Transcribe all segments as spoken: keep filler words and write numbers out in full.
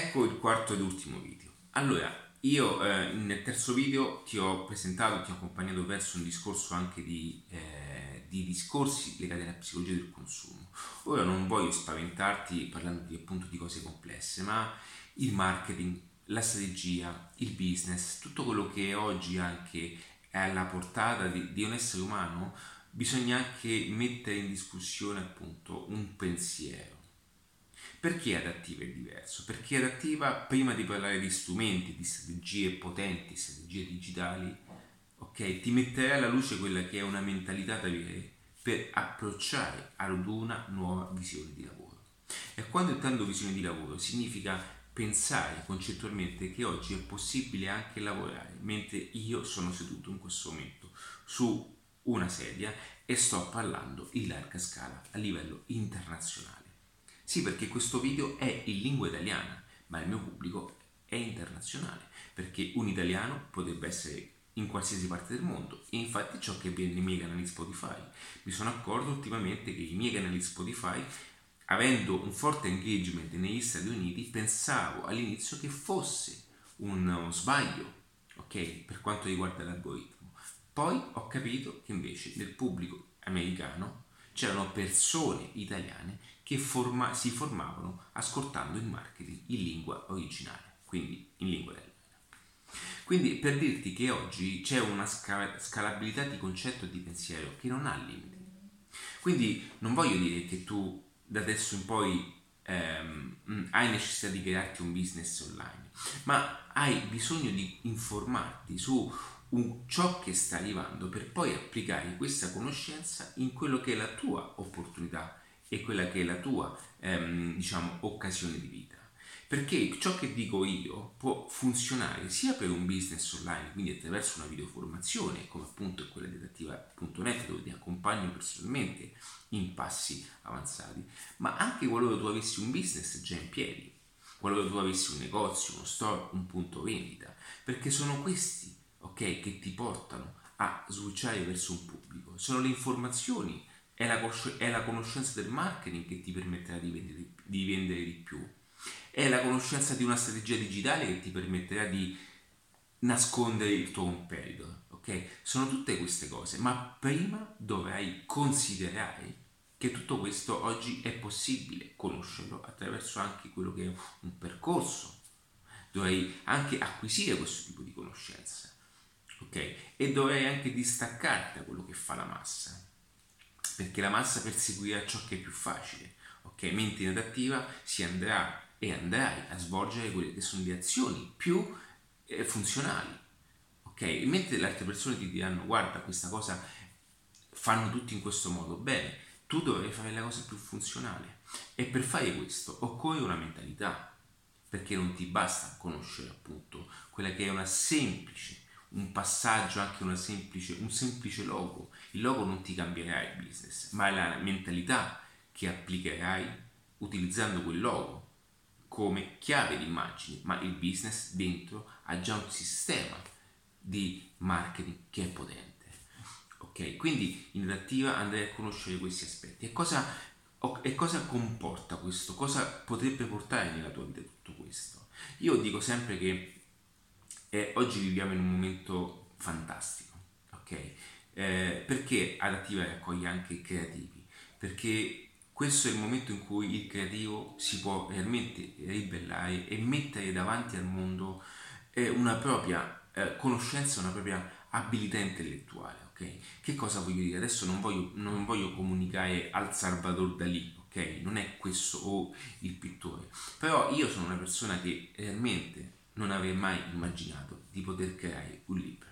Ecco il quarto ed ultimo video. Allora, io eh, nel terzo video ti ho presentato, ti ho accompagnato verso un discorso anche di, eh, di discorsi legati alla psicologia del consumo. Ora non voglio spaventarti parlando di, appunto, di cose complesse, ma il marketing, la strategia, il business, tutto quello che oggi anche è alla portata di, di un essere umano, bisogna anche mettere in discussione appunto un pensiero. Perché adattiva è diverso? Perché adattiva, prima di parlare di strumenti, di strategie potenti, strategie digitali, ok, ti metterà alla luce quella che è una mentalità da avere per approcciare ad una nuova visione di lavoro. E quando intendo visione di lavoro significa pensare concettualmente che oggi è possibile anche lavorare mentre io sono seduto in questo momento su una sedia e sto parlando in larga scala a livello internazionale. Sì, perché questo video è in lingua italiana, ma il mio pubblico è internazionale, perché un italiano potrebbe essere in qualsiasi parte del mondo, e infatti ciò che avviene nei miei canali Spotify. Mi sono accorto ultimamente che i miei canali Spotify, avendo un forte engagement negli Stati Uniti, pensavo all'inizio che fosse uno sbaglio, ok, per quanto riguarda l'algoritmo. Poi ho capito che invece nel pubblico americano c'erano persone italiane che forma, si formavano ascoltando il marketing in lingua originale, quindi in lingua italiana. Quindi per dirti che oggi c'è una scal- scalabilità di concetto e di pensiero che non ha limiti. Quindi non voglio dire che tu da adesso in poi ehm, hai necessità di crearti un business online, ma hai bisogno di informarti su un, ciò che sta arrivando per poi applicare questa conoscenza in quello che è la tua opportunità e quella che è la tua ehm, diciamo occasione di vita, perché ciò che dico io può funzionare sia per un business online, quindi attraverso una videoformazione come appunto è quella di adattiva punto net, dove ti accompagno personalmente in passi avanzati, ma anche qualora tu avessi un business già in piedi, qualora tu avessi un negozio, uno store, un punto vendita, perché sono questi, ok, che ti portano a switchare verso un pubblico. Sono le informazioni, è la, cosci- è la conoscenza del marketing che ti permetterà di vendere, di vendere di più, è la conoscenza di una strategia digitale che ti permetterà di nascondere il tuo competitor, ok? Sono tutte queste cose, ma prima dovrai considerare che tutto questo oggi è possibile conoscerlo attraverso anche quello che è un percorso. Dovrai anche acquisire questo tipo di conoscenza, ok? E dovrai anche distaccarti da quello che fa la massa, perché la massa perseguirà ciò che è più facile, ok? Mentre in adattiva si andrà e andrai a svolgere quelle che sono le azioni più eh, funzionali, ok? Mentre le altre persone ti diranno guarda, questa cosa fanno tutti in questo modo, bene, tu dovrai fare la cosa più funzionale, e per fare questo occorre una mentalità, perché non ti basta conoscere appunto quella che è una semplice, un passaggio, anche una semplice, un semplice logo. Il logo non ti cambierà il business, ma è la mentalità che applicherai utilizzando quel logo come chiave di immagine, ma il business dentro ha già un sistema di marketing che è potente. Ok, quindi in adattiva andrei a conoscere questi aspetti. E cosa, e cosa comporta questo? Cosa potrebbe portare nella tua vita tutto questo? Io dico sempre che eh, oggi viviamo in un momento fantastico, ok? Eh, perché adattiva raccoglie anche i creativi? Perché questo è il momento in cui il creativo si può realmente ribellare e mettere davanti al mondo eh, una propria eh, conoscenza, una propria abilità intellettuale, ok? Che cosa voglio dire? Adesso non voglio, non voglio comunicare al Salvador Dalì, ok? Non è questo o il pittore, però io sono una persona che realmente non avrei mai immaginato di poter creare un libro,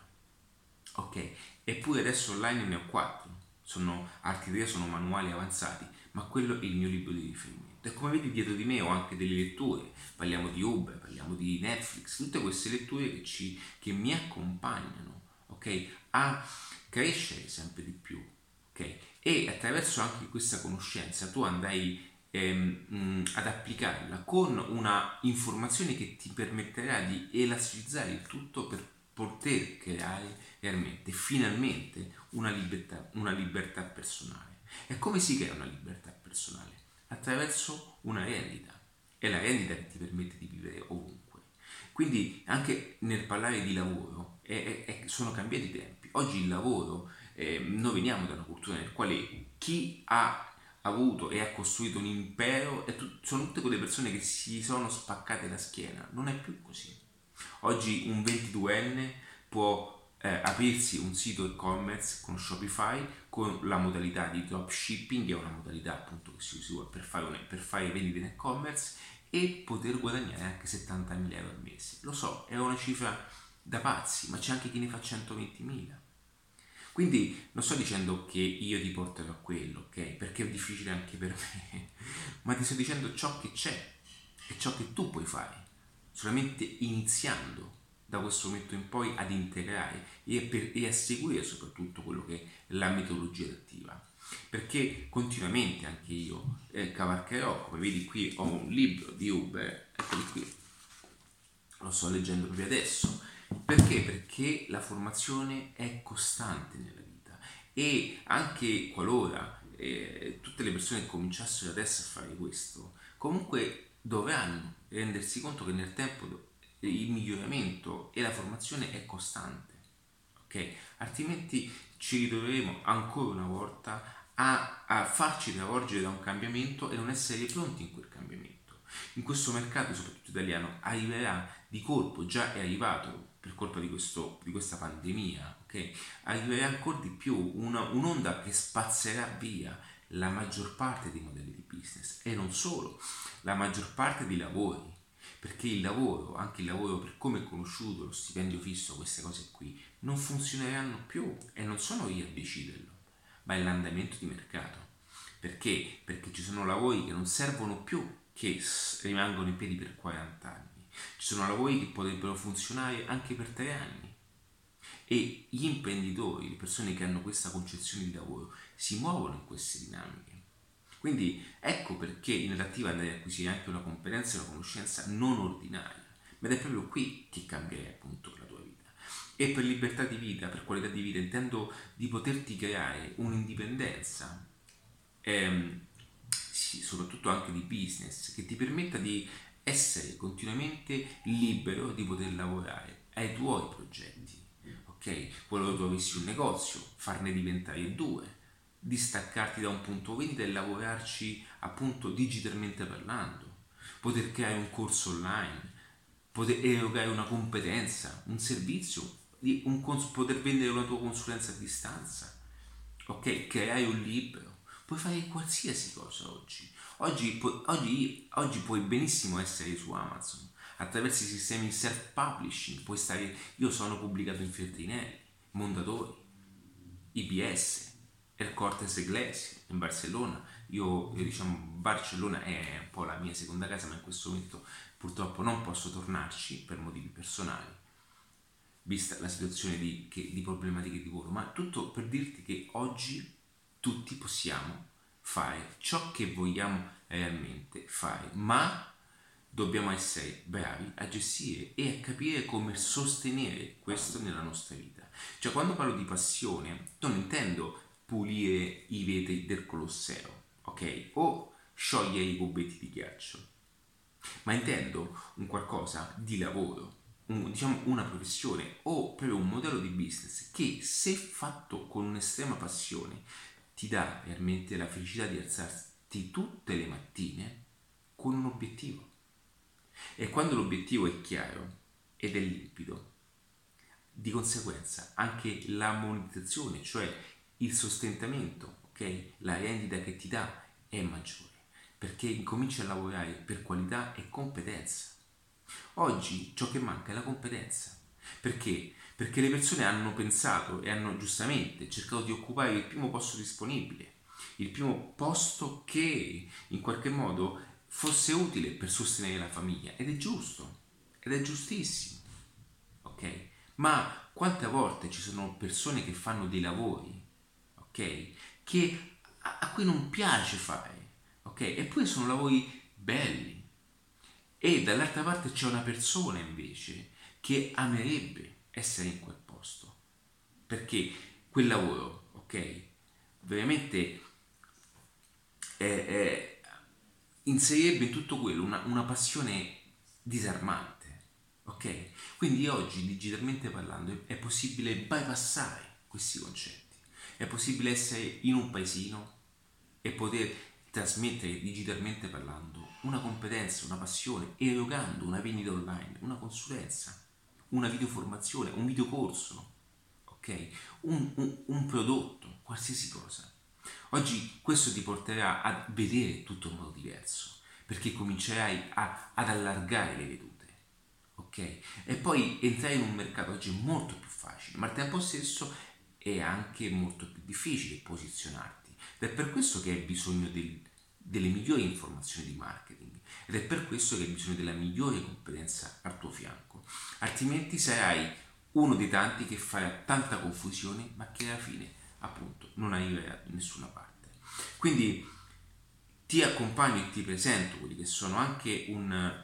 ok? Eppure adesso online ne ho quattro, sono altri tre, sono manuali avanzati, ma quello è il mio libro di riferimento. E come vedi dietro di me ho anche delle letture, parliamo di Uber, parliamo di Netflix, tutte queste letture che, ci, che mi accompagnano, ok? A crescere sempre di più, ok? E attraverso anche questa conoscenza tu andrai ehm, ad applicarla con una informazione che ti permetterà di elasticizzare il tutto per poter creare realmente, finalmente, una libertà, una libertà personale. E come si crea una libertà personale? Attraverso una rendita, è la rendita che ti permette di vivere ovunque. Quindi anche nel parlare di lavoro è, è, è, sono cambiati i tempi. Oggi il lavoro, eh, noi veniamo da una cultura nel quale chi ha avuto e ha costruito un impero e tu, sono tutte quelle persone che si sono spaccate la schiena. Non è più così. Oggi un ventiduenne può eh, aprirsi un sito e-commerce con Shopify con la modalità di dropshipping, che è una modalità appunto che si usa per fare, una, per fare vendite in e-commerce, e poter guadagnare anche settantamila euro al mese. Lo so, è una cifra da pazzi, ma c'è anche chi ne fa centoventimila. Quindi non sto dicendo che io ti porterò a quello, ok? Perché è difficile anche per me, ma ti sto dicendo ciò che c'è e ciò che tu puoi fare, solamente iniziando da questo momento in poi ad integrare e, per, e a seguire soprattutto quello che è la metodologia attiva. Perché continuamente anche io eh, cavalcherò, come vedi qui ho un libro di Uber, eccoli qui, lo sto leggendo proprio adesso. Perché? Perché la formazione è costante nella vita e anche qualora eh, tutte le persone cominciassero adesso a fare questo, comunque dovranno rendersi conto che nel tempo il miglioramento e la formazione è costante, ok? Altrimenti ci ritroveremo ancora una volta a, a farci travolgere da un cambiamento e non essere pronti in quel cambiamento. In questo mercato, soprattutto italiano, arriverà di colpo, già è arrivato per colpa di, questo, di questa pandemia, ok? Arriverà ancora di più una, un'onda che spazzerà via la maggior parte dei modelli di business e non solo, la maggior parte dei lavori, perché il lavoro, anche il lavoro per come è conosciuto, lo stipendio fisso, queste cose qui, non funzioneranno più e non sono io a deciderlo, ma è l'andamento di mercato. Perché? Perché ci sono lavori che non servono più, che rimangono in piedi per quaranta anni. Ci sono lavori che potrebbero funzionare anche per tre anni e gli imprenditori, le persone che hanno questa concezione di lavoro, si muovono in queste dinamiche. Quindi ecco perché in Redattiva andrai ad acquisire anche una competenza e una conoscenza non ordinaria, ed è proprio qui che cambierai appunto la tua vita. E per libertà di vita, per qualità di vita, intendo di poterti creare un'indipendenza, ehm, sì, soprattutto anche di business, che ti permetta di essere continuamente libero di poter lavorare ai tuoi progetti, ok? Qualora tu avessi un negozio, farne diventare due, distaccarti da un punto vendita e lavorarci appunto digitalmente parlando, poter creare un corso online, poter erogare una competenza, un servizio, un cons- poter vendere una tua consulenza a distanza, ok? Creare un libro, puoi fare qualsiasi cosa oggi. Oggi, pu- oggi, oggi puoi benissimo essere su Amazon attraverso i sistemi self-publishing. Puoi stare, io sono pubblicato in Feltrinelli, Mondadori, I B S, El Cortes Inglés in Barcellona. Io, io diciamo Barcellona è un po' la mia seconda casa, ma in questo momento purtroppo non posso tornarci per motivi personali, vista la situazione di, che, di problematiche di lavoro, ma tutto per dirti che oggi tutti possiamo fare ciò che vogliamo realmente fare, ma dobbiamo essere bravi a gestire e a capire come sostenere questo nella nostra vita. Cioè, quando parlo di passione non intendo pulire i vetri del Colosseo, ok? O sciogliere i cubetti di ghiaccio, ma intendo un qualcosa di lavoro, un, diciamo una professione o proprio un modello di business che, se fatto con un'estrema passione, ti dà realmente la felicità di alzarti tutte le mattine con un obiettivo. E quando l'obiettivo è chiaro ed è limpido, di conseguenza anche la monetizzazione, cioè il sostentamento, ok? La rendita che ti dà è maggiore, perché incominci a lavorare per qualità e competenza. Oggi ciò che manca è la competenza. Perché? Perché le persone hanno pensato e hanno giustamente cercato di occupare il primo posto disponibile, il primo posto che in qualche modo fosse utile per sostenere la famiglia, ed è giusto, ed è giustissimo, ok? Ma quante volte ci sono persone che fanno dei lavori, ok? Che a, a cui non piace fare, ok? Eppure sono lavori belli. E dall'altra parte c'è una persona invece che amerebbe essere in quel posto, perché quel lavoro, ok, veramente è, è, inserirebbe in tutto quello una, una passione disarmante, ok? Quindi oggi, digitalmente parlando, è possibile bypassare questi concetti, è possibile essere in un paesino e poter trasmettere digitalmente parlando una competenza, una passione, erogando una vendita online, una consulenza, una videoformazione, un videocorso, ok? Un, un, un prodotto, qualsiasi cosa. Oggi questo ti porterà a vedere tutto in modo diverso, perché comincerai a, ad allargare le vedute, ok? E poi entrare in un mercato oggi è molto più facile, ma al tempo stesso è anche molto più difficile posizionarti. Ed è per questo che hai bisogno del, delle migliori informazioni di marketing, ed è per questo che hai bisogno della migliore competenza al tuo fianco. Altrimenti sarai uno dei tanti che farà tanta confusione, ma che alla fine, appunto, non arriverà da nessuna parte. Quindi ti accompagno e ti presento quelli che sono anche un,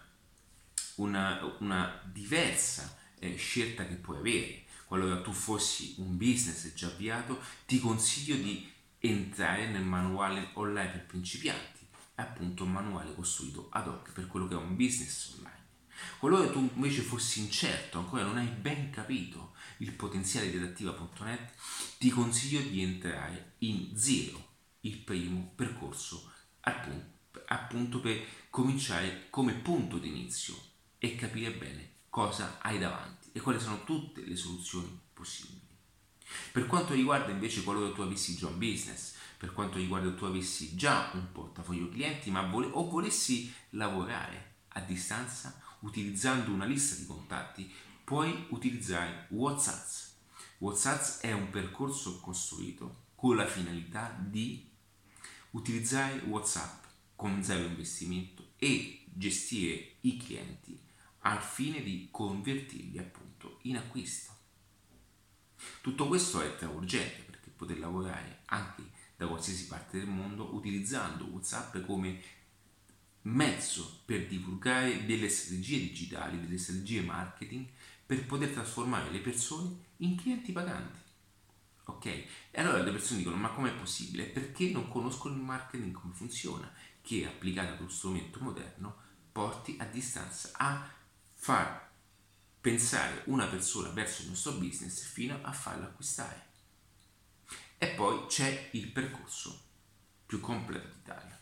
una, una diversa eh, scelta che puoi avere. Qualora tu fossi un business già avviato, ti consiglio di entrare nel manuale online per principianti, è appunto un manuale costruito ad hoc per quello che è un business online. Qualora tu invece fossi incerto, ancora non hai ben capito il potenziale di adattiva punto net, ti consiglio di entrare in Zero, il primo percorso appunto, appunto per cominciare come punto d'inizio e capire bene cosa hai davanti e quali sono tutte le soluzioni possibili. Per quanto riguarda invece qualora tu avessi già un business, per quanto riguarda tu avessi già un portafoglio clienti ma vole- o volessi lavorare a distanza utilizzando una lista di contatti, puoi utilizzare WhatsApp. WhatsApp è un percorso costruito con la finalità di utilizzare WhatsApp con zero investimento e gestire i clienti al fine di convertirli appunto in acquisto. Tutto questo è urgente perché poter lavorare anche da qualsiasi parte del mondo utilizzando WhatsApp come mezzo per divulgare delle strategie digitali, delle strategie marketing per poter trasformare le persone in clienti paganti. Ok? E allora le persone dicono: ma com'è possibile? Perché non conoscono il marketing come funziona, che applicato ad uno strumento moderno porti a distanza a far pensare una persona verso il nostro business fino a farlo acquistare. E poi c'è il percorso più completo d'Italia.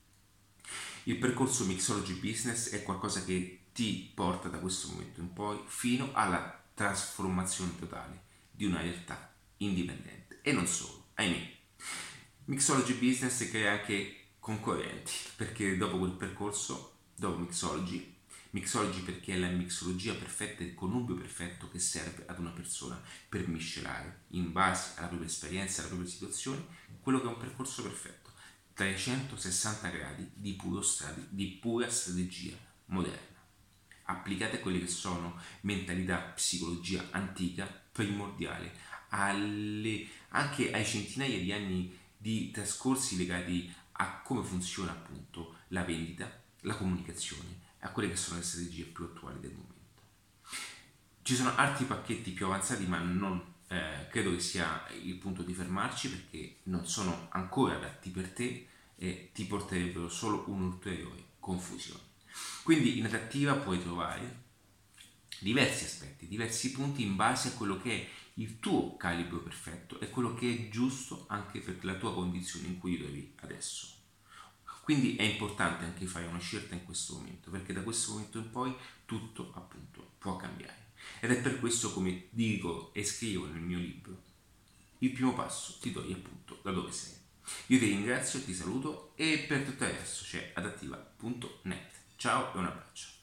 Il percorso Mixology Business è qualcosa che ti porta da questo momento in poi fino alla trasformazione totale di una realtà indipendente. E non solo, ahimè. Mixology Business crea anche concorrenti, perché dopo quel percorso, dopo Mixology, Mixology perché è la mixologia perfetta, il connubio perfetto che serve ad una persona per miscelare in base alla propria esperienza, alla propria situazione, quello che è un percorso perfetto, trecentosessanta gradi di, puro strati, di pura strategia moderna, applicate a quelle che sono mentalità, psicologia antica, primordiale, alle, anche ai centinaia di anni di trascorsi legati a come funziona appunto la vendita, la comunicazione, a quelle che sono le strategie più attuali del momento. Ci sono altri pacchetti più avanzati, ma non eh, credo che sia il punto di fermarci perché non sono ancora adatti per te e ti porterebbero solo un'ulteriore confusione. Quindi in adattiva puoi trovare diversi aspetti, diversi punti in base a quello che è il tuo calibro perfetto e quello che è giusto anche per la tua condizione in cui ti trovi adesso. Quindi è importante anche fare una scelta in questo momento, perché da questo momento in poi tutto appunto può cambiare. Ed è per questo, come dico e scrivo nel mio libro, il primo passo ti toglie appunto da dove sei. Io ti ringrazio, ti saluto e per tutto il resto c'è adattiva punto net. Ciao e un abbraccio.